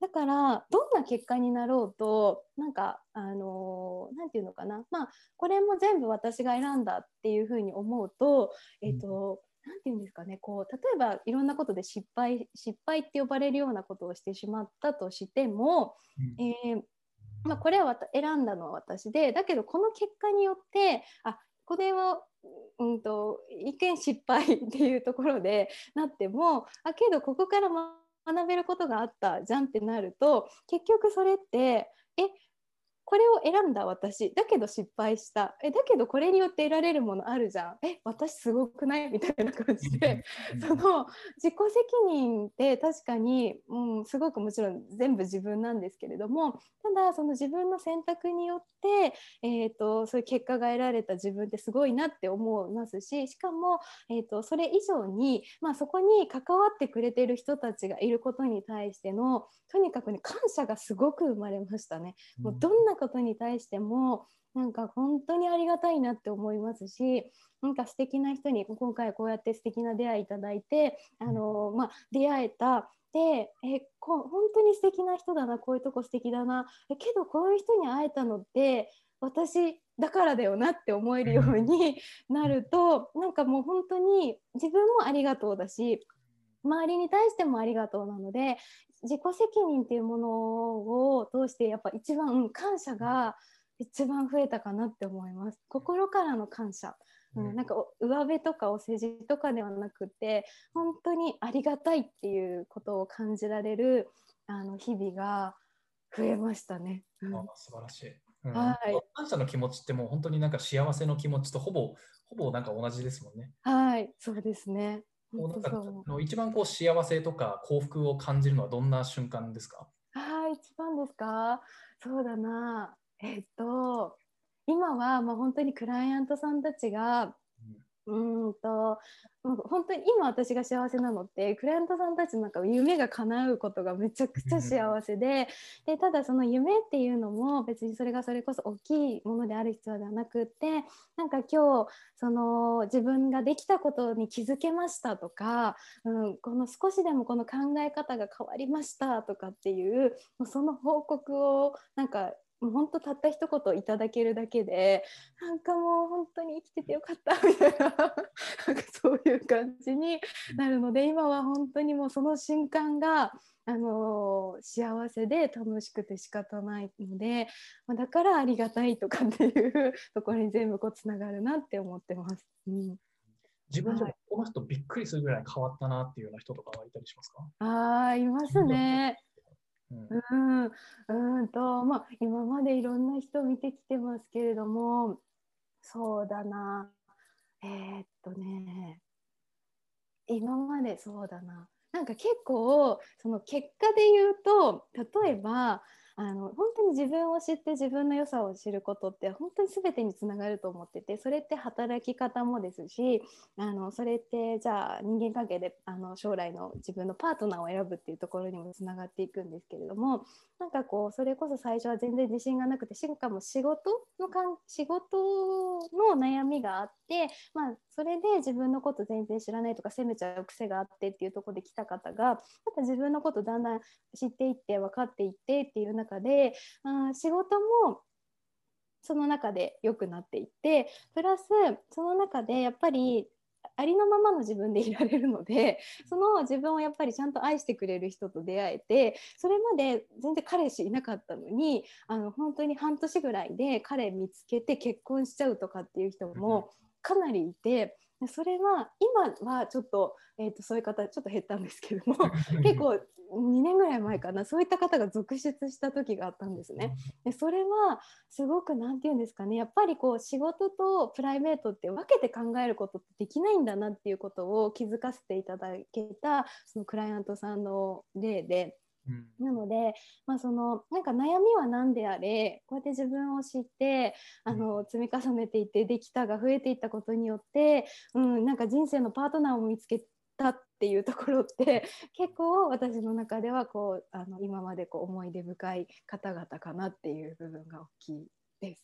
だからどんな結果になろうとなんかあのなんていうのかな、まあこれも全部私が選んだっていうふうに思うと、えっとなんていうんですかね、こう例えばいろんなことで失敗失敗って呼ばれるようなことをしてしまったとしても、えーまあ、これは選んだのは私で、だけどこの結果によってあこれは、うんと、一見失敗っていうところでなっても、あけどここから学べることがあったじゃんってなると、結局それってえこれを選んだ私だけど失敗したえだけどこれによって得られるものあるじゃんえ私すごくないみたいな感じでその自己責任って確かに、うん、すごくもちろん全部自分なんですけれども、ただその自分の選択によって、えーと、そういう結果が得られた自分ってすごいなって思いますし、しかも、えーと、それ以上に、まあ、そこに関わってくれてる人たちがいることに対してのとにかくね感謝がすごく生まれましたね。もうどんなことに対してもなんか本当にありがたいなって思いますし、なんか素敵な人に今回こうやって素敵な出会いいただいて、あの、まあ、出会えたでえこ本当に素敵な人だな、こういうとこ素敵だな、えけどこういう人に会えたのって私だからだよなって思えるようになると、なんかもう本当に自分もありがとうだし周りに対してもありがとうなので、自己責任っていうものを通してやっぱ一番感謝が一番増えたかなって思います。心からの感謝、うん、なんか上辺とかお世辞とかではなくて本当にありがたいっていうことを感じられるあの日々が増えましたね。 うん、あ、素晴らしい。うん、 はい、 感謝の気持ちってもう本当になんか幸せの気持ちとほぼほぼなんか同じですもんね。 はい、そうですね。 こうなんかそう一番こう幸せとか幸福を感じるのはどんな瞬間ですか？ あー一番ですか？そうだな。えっと、今はまあ本当にクライアントさんたちが、うーんと、本当に今私が幸せなのってクライアントさんたちのなんか夢が叶うことがめちゃくちゃ幸せで、でただその夢っていうのも別にそれがそれこそ大きいものである必要ではなくって、なんか今日その自分ができたことに気づけましたとか、うん、この少しでもこの考え方が変わりましたとかっていうその報告をなんかもう本当たった一言いただけるだけでなんかもう本当に生きててよかったみたいななんかそういう感じになるので、今は本当にもうその瞬間があの幸せで楽しくて仕方ないので、まあ、だからありがたいとかっていうところに全部こうつながるなって思ってます。うん、 自分ではい、 この人びっくりするぐらい変わったなっていうような人とかはいたりしますか？ あーいますね。 うん、 うん、うんとまあ、今までいろんな人見てきてますけれども、そうだな、えーっとね、今までそうだな、なんか結構その結果で言うと、例えばあの本当に自分を知って自分の良さを知ることって本当に全てにつながると思ってて、それって働き方もですし、あのそれってじゃあ人間関係であの将来の自分のパートナーを選ぶっていうところにもつながっていくんですけれども、なんかこうそれこそ最初は全然自信がなくて、しかも仕事のかん仕事の悩みがあって、まあ、それで自分のこと全然知らないとか責めちゃう癖があってっていうところで来た方が、また自分のことだんだん知っていって分かっていってっていう中で、あ仕事もその中で良くなっていって、プラスその中でやっぱりありのままの自分でいられるので、その自分をやっぱりちゃんと愛してくれる人と出会えて、それまで全然彼氏いなかったのにあの本当に半年ぐらいで彼見つけて結婚しちゃうとかっていう人もかなりいて、それは今はちょっと、えーと、そういう方ちょっと減ったんですけども結構にねんぐらい前かな、そういった方が続出した時があったんですね。でそれはすごくなんて言うんですかね、やっぱりこう仕事とプライベートって分けて考えることってできないんだなっていうことを気づかせていただけたそのクライアントさんの例で、なので、まあ、そのなんか悩みは何であれこうやって自分を知ってあの積み重ねていってできたが増えていったことによって、うん、なんか人生のパートナーを見つけたっていうところって結構私の中ではこうあの今までこう思い出深い方々かなっていう部分が大きいです。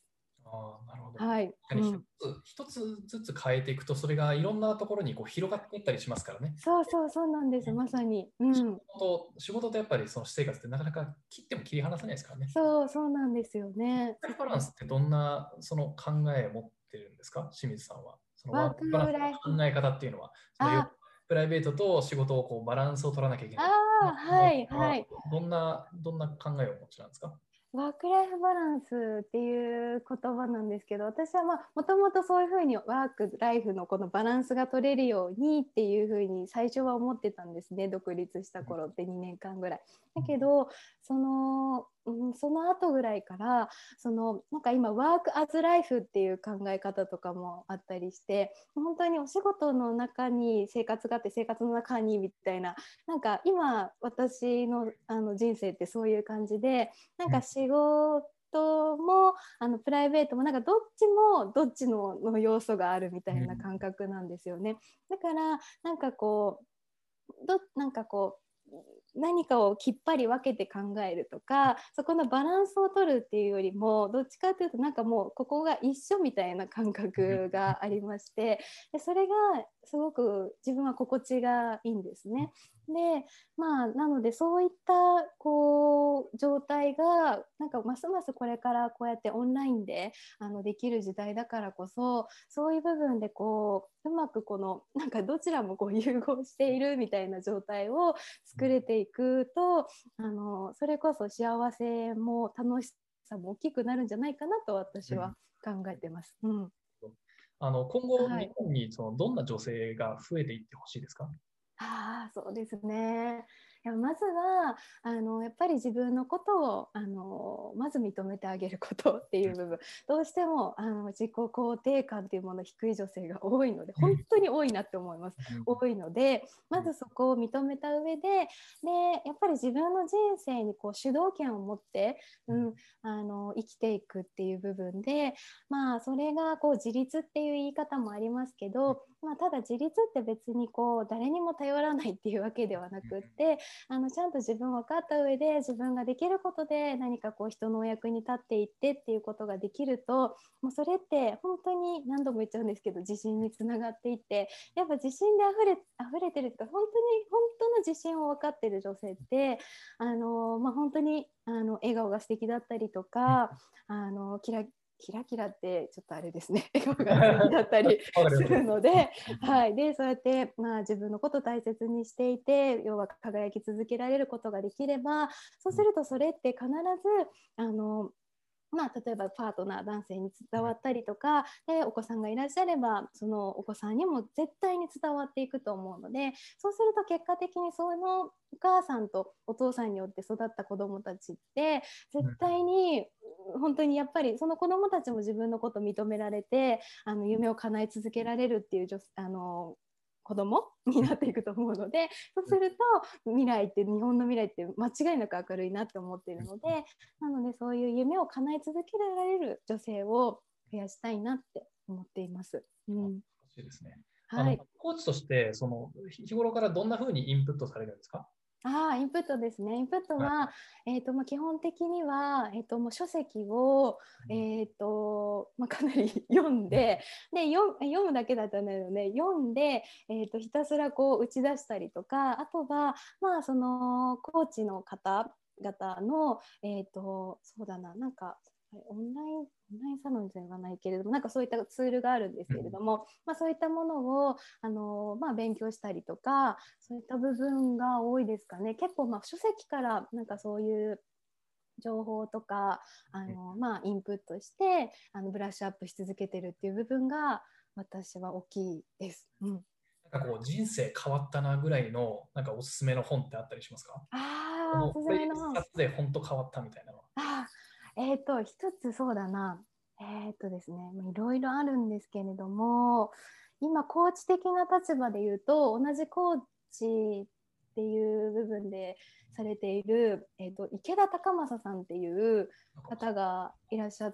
ああ、なるほど。 はい。 確かに一つ、一つずつ変えていくと、それがいろんなところにこう広がっていったりしますからね。 そうそうそうなんです、まさに。う仕ん。 事仕事とやっぱりその私生活ってなかなか切っても切り離せないですからね。 そうそうなんですよね。 ワークバランスってどんなその考えを持ってるんですか、清水さんは。そのワーワークバランスクライフ、 の考え方っていうのは、そのよあ、 プライベートと仕事をこうバランスを取らなきゃいけあない。そのあ、 考はいえ方ははい。 どんな、どんな考えをお持ちなんですか？ ワークライフバランスっていう言葉なんですけど、私はまあもともとそういうふうにワークライフのこのバランスが取れるようにっていうふうに最初は思ってたんですね、独立した頃ってにねんかんぐらい。だけどその、うん、その後ぐらいからそのなんか今ワークアズライフっていう考え方とかもあったりして、本当にお仕事の中に生活があって生活の中にみたいな、なんか今私の、あの人生ってそういう感じで、なんか仕事もあのプライベートもなんかどっちもどっちのの要素があるみたいな感覚なんですよね。だからなんかこうどなんかこう何かをきっぱり分けて考えるとか、そこのバランスを取るっていうよりもどっちかというとなんかもうここが一緒みたいな感覚がありまして、でそれがすごく自分は心地がいいんですね。でまあなのでそういったこう状態がなんかますますこれからこうやってオンラインであのできる時代だからこそ、そういう部分でこううまくこのなんかどちらもこう融合しているみたいな状態を作れていくと、あのそれこそ幸せも楽しさも大きくなるんじゃないかなと私は考えてます。うん、 あの今後、 はい。 日本にそのどんな女性が増えていってほしいですか？ ああ、そうですね。いやまずはあのやっぱり自分のことをあのまず認めてあげることっていう部分、どうしてもあの自己肯定感っていうもの低い女性が多いので、本当に多いなって思います。多いので、まずそこを認めた上で、でやっぱり自分の人生にこう主導権を持って、うん、あの生きていくっていう部分で、まあそれがこう自立っていう言い方もありますけど、まあ、ただ自立って別にこう誰にも頼らないっていうわけではなくって、あのちゃんと自分分かった上で自分ができることで何かこう人のお役に立っていってっていうことができると、もうそれって本当に何度も言っちゃうんですけど自信につながっていって、やっぱ自信であふれ溢れてるっていうか、本当に本当の自信を分かってる女性ってあの、まあ、本当にあの笑顔が素敵だったりとか、あのキラキラキラってちょっとあれですね、笑顔が素敵だったりするので、はい、でそうやって、まあ、自分のことを大切にしていて、要は輝き続けられることができれば、そうするとそれって必ずあのまあ、例えばパートナー男性に伝わったりとかで、お子さんがいらっしゃればそのお子さんにも絶対に伝わっていくと思うので、そうすると結果的にそのお母さんとお父さんによって育った子どもたちって絶対に本当にやっぱりその子どもたちも自分のことを認められて、あの夢を叶え続けられるっていう女あの子供になっていくと思うので、そうすると未来って、日本の未来って間違いなく明るいなって思っているので、なのでそういう夢を叶え続けられる女性を増やしたいなって思っています。うん、 欲しいですね。あのはい。 コーチとしてその日頃からどんなふうにインプットされるんですか？ ああ、インプットですね。インプットはい。 は、えーとまあ、基本的には、えーと、もう書籍を、えーとまあ、かなり読んで、で読読むだけだったので、読んで、えーと、ひたすらこう打ち出したりとか、あとは、まあ、そのコーチの方々の、えーと、そうだな、なんかオンラインオンラインサロンではないけれども、なんかそういったツールがあるんですけれども、まあ、そういったものをあの、まあ、勉強したりとか、そういった部分が多いですかね。結構まあ書籍からなんかそういう情報とかあの、まあ、インプットしてあのブラッシュアップし続けてるっていう部分が私は大きいです。うん、 なんかこう人生変わったなぐらいのなんかおすすめの本ってあったりしますか？こああ、おすすのこれ一めの本。 冊で本当変わったみたいなのは。 あーえっ、ー、と一つそうだな。えっ、ー、とですね、いろいろあるんですけれども、今コーチ的な立場で言うと、同じコーチっていう部分でされている、えー、と池田隆正さんっていう方がいらっしゃって、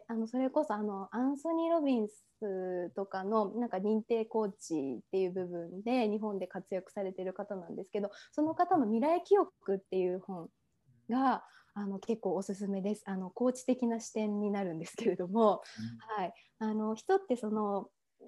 あのそれこそあのアンソニー・ロビンスとかのなんか認定コーチっていう部分で日本で活躍されている方なんですけど、その方の未来記憶っていう本があの結構おすすめです。あのコーチ的な視点になるんですけれども、うん、はい、あの人ってその、うん、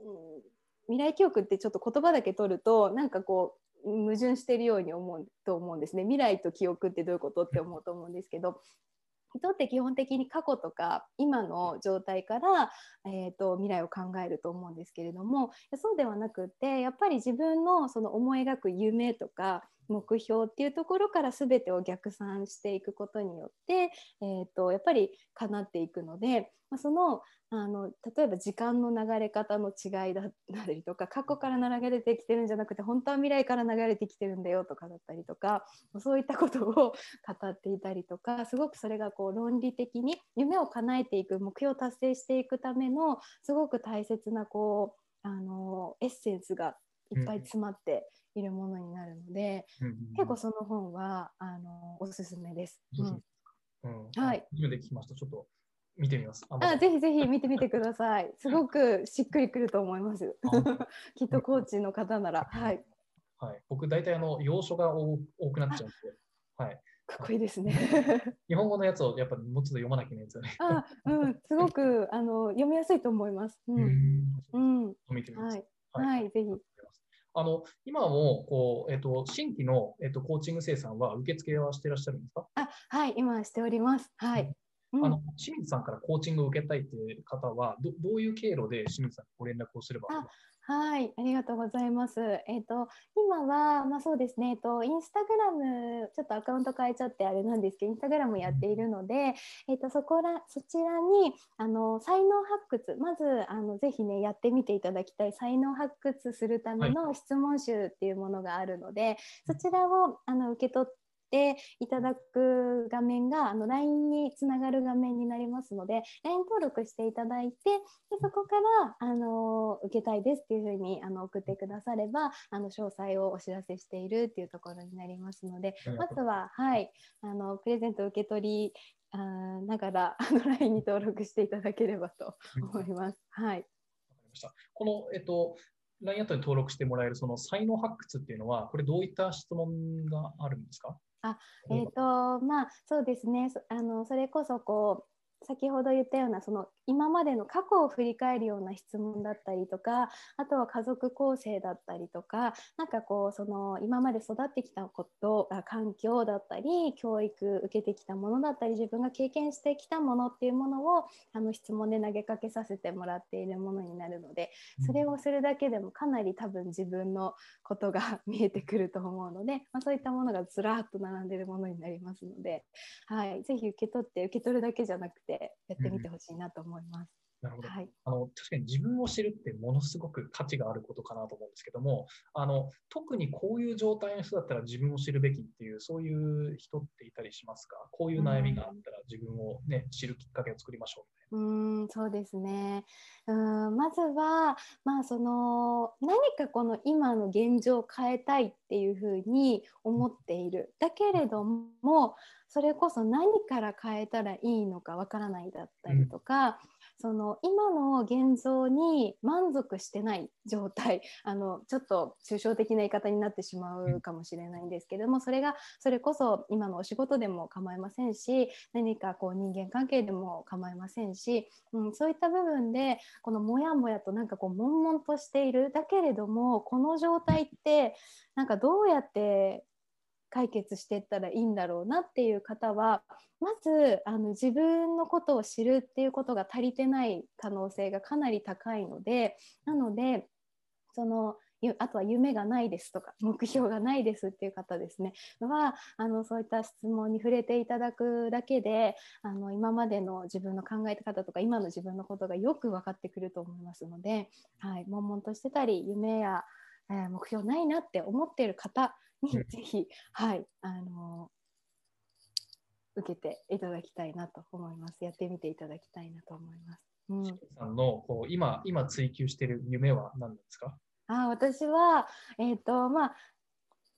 未来記憶ってちょっと言葉だけ取るとなんかこう矛盾しているように思うと思うんですね。未来と記憶ってどういうことって思うと思うんですけど、人って基本的に過去とか今の状態から、えーと、未来を考えると思うんですけれども、そうではなくってやっぱり自分のその思い描く夢とか目標っていうところから全てを逆算していくことによって、えーと、やっぱり叶っていくので、そのあの例えば時間の流れ方の違いだったりとか、過去から流れてきてるんじゃなくて本当は未来から流れてきてるんだよとかだったりとか、そういったことを語っていたりとか、すごくそれがこう論理的に夢を叶えていく、目標を達成していくためのすごく大切なこうあのエッセンスがいっぱい詰まっているものになるので、うんうんうん、結構その本はあのおすすめです。うんうん、はい。初めて聞きました。ちょっと見てみます。 あ、ま、ぜひぜひ見てみてください。すごくしっくりくると思います。きっとコーチの方なら。はい。 はい、僕、大体あの要所が多くなっちゃうんで、はい。 かっこいいですね。 日本語のやつをやっぱりもうちょっと読まなきゃいけないですよね。 あ、うん、すごくあの読みやすいと思います。うん。うん。 見てみます。 はい。はい、ぜひ。 あの今もこう、えっと、新規の、えっと、コーチング生産は受付はしていらっしゃるんですか？ あ、はい、今しております。はい。 うん、あの清水さんからコーチングを受けたいという方はど、どういう経路で清水さんにご連絡をすれば？ はい、ありがとうございます。えっと、今は、まあ、そうですね、えっと、インスタグラム、ちょっとアカウント変えちゃってあれなんですけど、インスタグラムやっているので、えっと、そこら、そちらに、あの、才能発掘、まず、あの、ぜひね、やってみていただきたい、才能発掘するための質問集っていうものがあるので、はい、そちらを、あの、受け取って、でいただく画面があの ライン につながる画面になりますので、 ライン 登録していただいて、でそこからあの受けたいですっていうふうにあの送ってくだされば、あの詳細をお知らせしているっていうところになりますので、まずは、はい、あのプレゼント受け取りあながらあの ライン に登録していただければと思います。はい、わかりました。この、えっとライン アットに登録してもらえるその才能発掘っていうのは、これどういった質問があるんですか？ あ、えーとまあ、そうですね、あのそれこそこう先ほど言ったようなその今までの過去を振り返るような質問だったりとか、あとは家族構成だったりとか、なんかこうその今まで育ってきたこと、環境だったり教育受けてきたものだったり自分が経験してきたものっていうものをあの質問で投げかけさせてもらっているものになるので、それをするだけでもかなり多分自分のことが見えてくると思うので、まあ、そういったものがずらっと並んでいるものになりますので、はい、ぜひ受け取って受け取るだけじゃなくてやってみてほしいなと思います。 うん、なるほど。 はい、 あの確かに自分を知るってものすごく価値があることかなと思うんですけども、あの特にこういう状態の人だったら自分を知るべきっていう、そういう人っていたりしますか？こういう悩みがあったら自分を、ね、知るきっかけを作りましょうみたいな。 うーん、そうですね。うーん、まずは、まあ、その何かこの今の現状を変えたいっていうふうに思っている。だけれどもそれこそ何から変えたらいいのかわからないだったりとか、うん、その今の現状に満足してない状態、あのちょっと抽象的な言い方になってしまうかもしれないんですけれども、それがそれこそ今のお仕事でも構いませんし、何かこう人間関係でも構いませんし、うん、そういった部分でこのモヤモヤとなんかこう悶々としている。だけれどもこの状態ってなんかどうやって解決していったらいいんだろうなっていう方は、まずあの自分のことを知るっていうことが足りてない可能性がかなり高いので、なのでそのあとは夢がないですとか目標がないですっていう方ですねは、あのそういった質問に触れていただくだけで、あの今までの自分の考え方とか今の自分のことがよく分かってくると思いますので、はい、悶々としてたり夢や、えー、目標ないなって思っている方にぜひ、はい、あの受けていただきたいなと思います。やってみていただきたいなと思います。 うん、さんのこう 今, 今追求している夢は何ですか？ あ、私は、えーとまあ、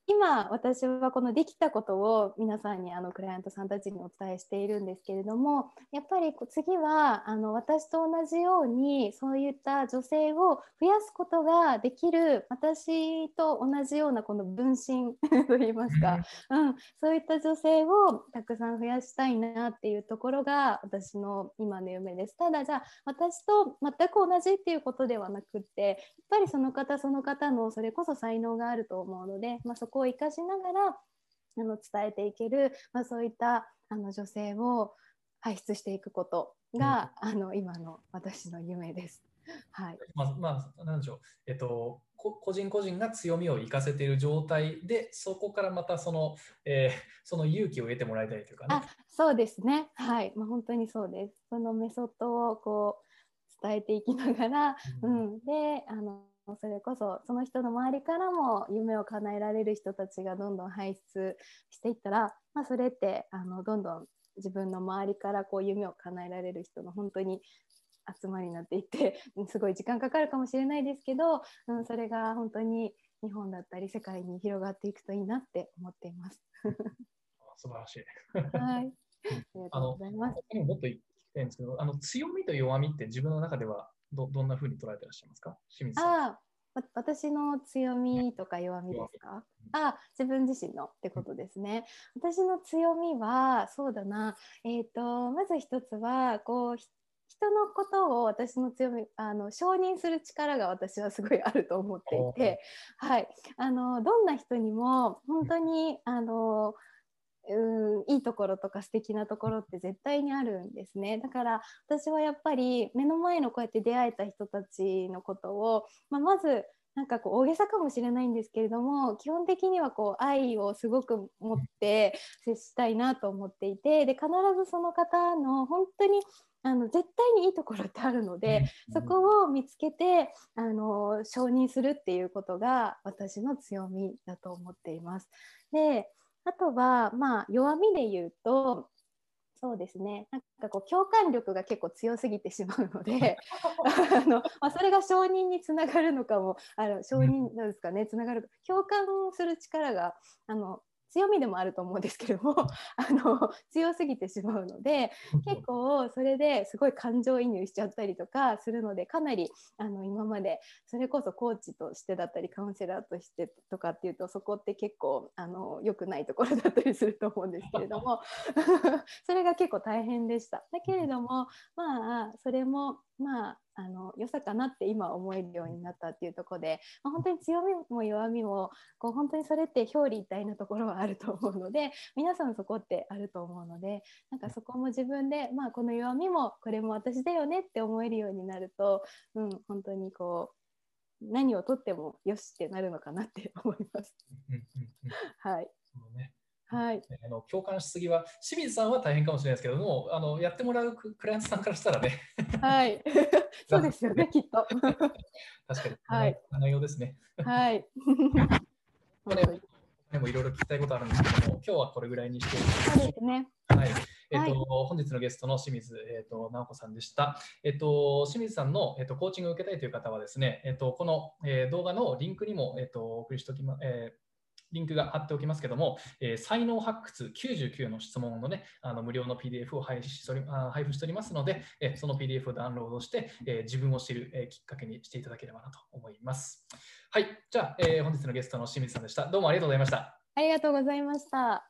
今私はこのできたことを皆さんにあのクライアントさんたちにお伝えしているんですけれども、やっぱり次はあの私と同じようにそういった女性を増やすことができる、私と同じようなこの分身といいますか、うん、そういった女性をたくさん増やしたいなっていうところが私の今の夢です。ただじゃあ私と全く同じっていうことではなくって、やっぱりその方その方のそれこそ才能があると思うので、まあ、そこを生かしながらあの伝えていける、まあ、そういったあの女性を輩出していくことが、うん、あの今の私の夢です。はい。 まあ、まあ、なんでしょう、えっと、個人個人が強みを生かせている状態で、そこからまたその、えー、その勇気を得てもらいたいというかね。 あ、そうですね。はい。まあ、本当にそうです。そのメソッドをこう伝えていきながら、うん、うん、で、あのそれこそその人の周りからも夢を叶えられる人たちがどんどん輩出していったら、まあ、それってあのどんどん自分の周りからこう夢を叶えられる人の本当に集まりになっていって、すごい時間かかるかもしれないですけど、うん、それが本当に日本だったり世界に広がっていくといいなって思っています。 素晴らしい。 はい。ありがとうございます。 あのもっと聞きたいんですけど、あの強みと弱みって自分の中ではどどんなふうに捉えていらっしゃいますか、清水さん。 ああ、私の強みとか弱みですか？あ、自分自身のってことですね。私の強みはそうだな、えーと、まず一つはこう人のことを私の強みあの承認する力が私はすごいあると思っていて、はい、あのどんな人にも本当にあのうん、いいところとか素敵なところって絶対にあるんですね。だから私はやっぱり目の前のこうやって出会えた人たちのことを、まあ、まずなんかこう大げさかもしれないんですけれども、基本的にはこう愛をすごく持って接したいなと思っていて、で必ずその方の本当にあの絶対にいいところってあるので、そこを見つけてあの承認するっていうことが私の強みだと思っています。であとは、まあ、弱みで言うと、そうですね、なんかこう共感力が結構強すぎてしまうのであの、まあ、それが承認につながるのかも、あの承認なんですかね、つながる、共感する力があの強みでもあると思うんですけどもあの強すぎてしまうので、結構それですごい感情移入しちゃったりとかするので、かなりあの今までそれこそコーチとしてだったりカウンセラーとしてとかっていうと、そこって結構あの良くないところだったりすると思うんですけれどもそれが結構大変でした。だけれどもまあそれもまああの良さかなって今思えるようになったっていうところで、まあ、本当に強みも弱みもこう本当にそれって表裏一体なところはあると思うので、皆さんそこってあると思うので、なんかそこも自分で、まあ、この弱みもこれも私だよねって思えるようになると、うん、本当にこう何をとってもよしってなるのかなって思います。はい。 そうね。 はい、 あの共感しすぎは清水さんは大変かもしれないですけども、あのやってもらうクライアントさんからしたらねはいそうですよねきっと確かに、はい、内容ですね。 はいこれでもいろいろ聞きたいことあるんですけども、今日はこれぐらいにしてそうですね。 はい。えっと、はい、本日のゲストの清水、えっと、直子さんでした。えっと、清水さんの、えっと、コーチングを受けたいという方はですね、えっと、この、えー、動画のリンクにも、えっと、お送りしておきます。えーリンクが貼っておきますけども、えー、才能発掘きゅうじゅうきゅうの質問のね、あの無料の ピーディーエフ を配布しておりあ配布しておりますので、えー、その ピーディーエフ をダウンロードして、えー、自分を知る、えー、きっかけにしていただければなと思います。はい。じゃあ、えー、本日のゲストの清水さんでした。どうもありがとうございました。 ありがとうございました。 はい。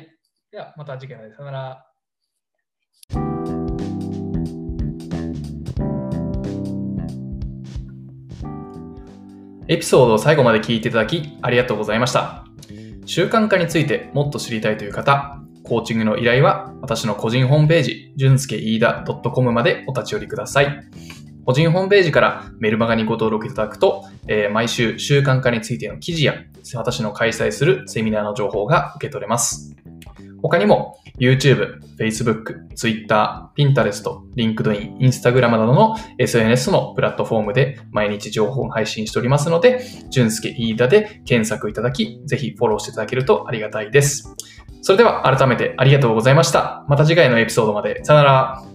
では、また次回まで。さよなら。エピソードを最後まで聞いていただきありがとうございました。習慣化についてもっと知りたいという方、コーチングの依頼は私の個人ホームページ、じゅんすけいいだ .com までお立ち寄りください。個人ホームページからメルマガにご登録いただくと、えー、毎週習慣化についての記事や私の開催するセミナーの情報が受け取れます。他にも YouTube、Facebook、Twitter、Pinterest、LinkedIn、Instagram などの エスエヌエス のプラットフォームで毎日情報を配信しておりますので、じゅんすけいいだで検索いただき、ぜひフォローしていただけるとありがたいです。それでは改めてありがとうございました。また次回のエピソードまで。さよなら。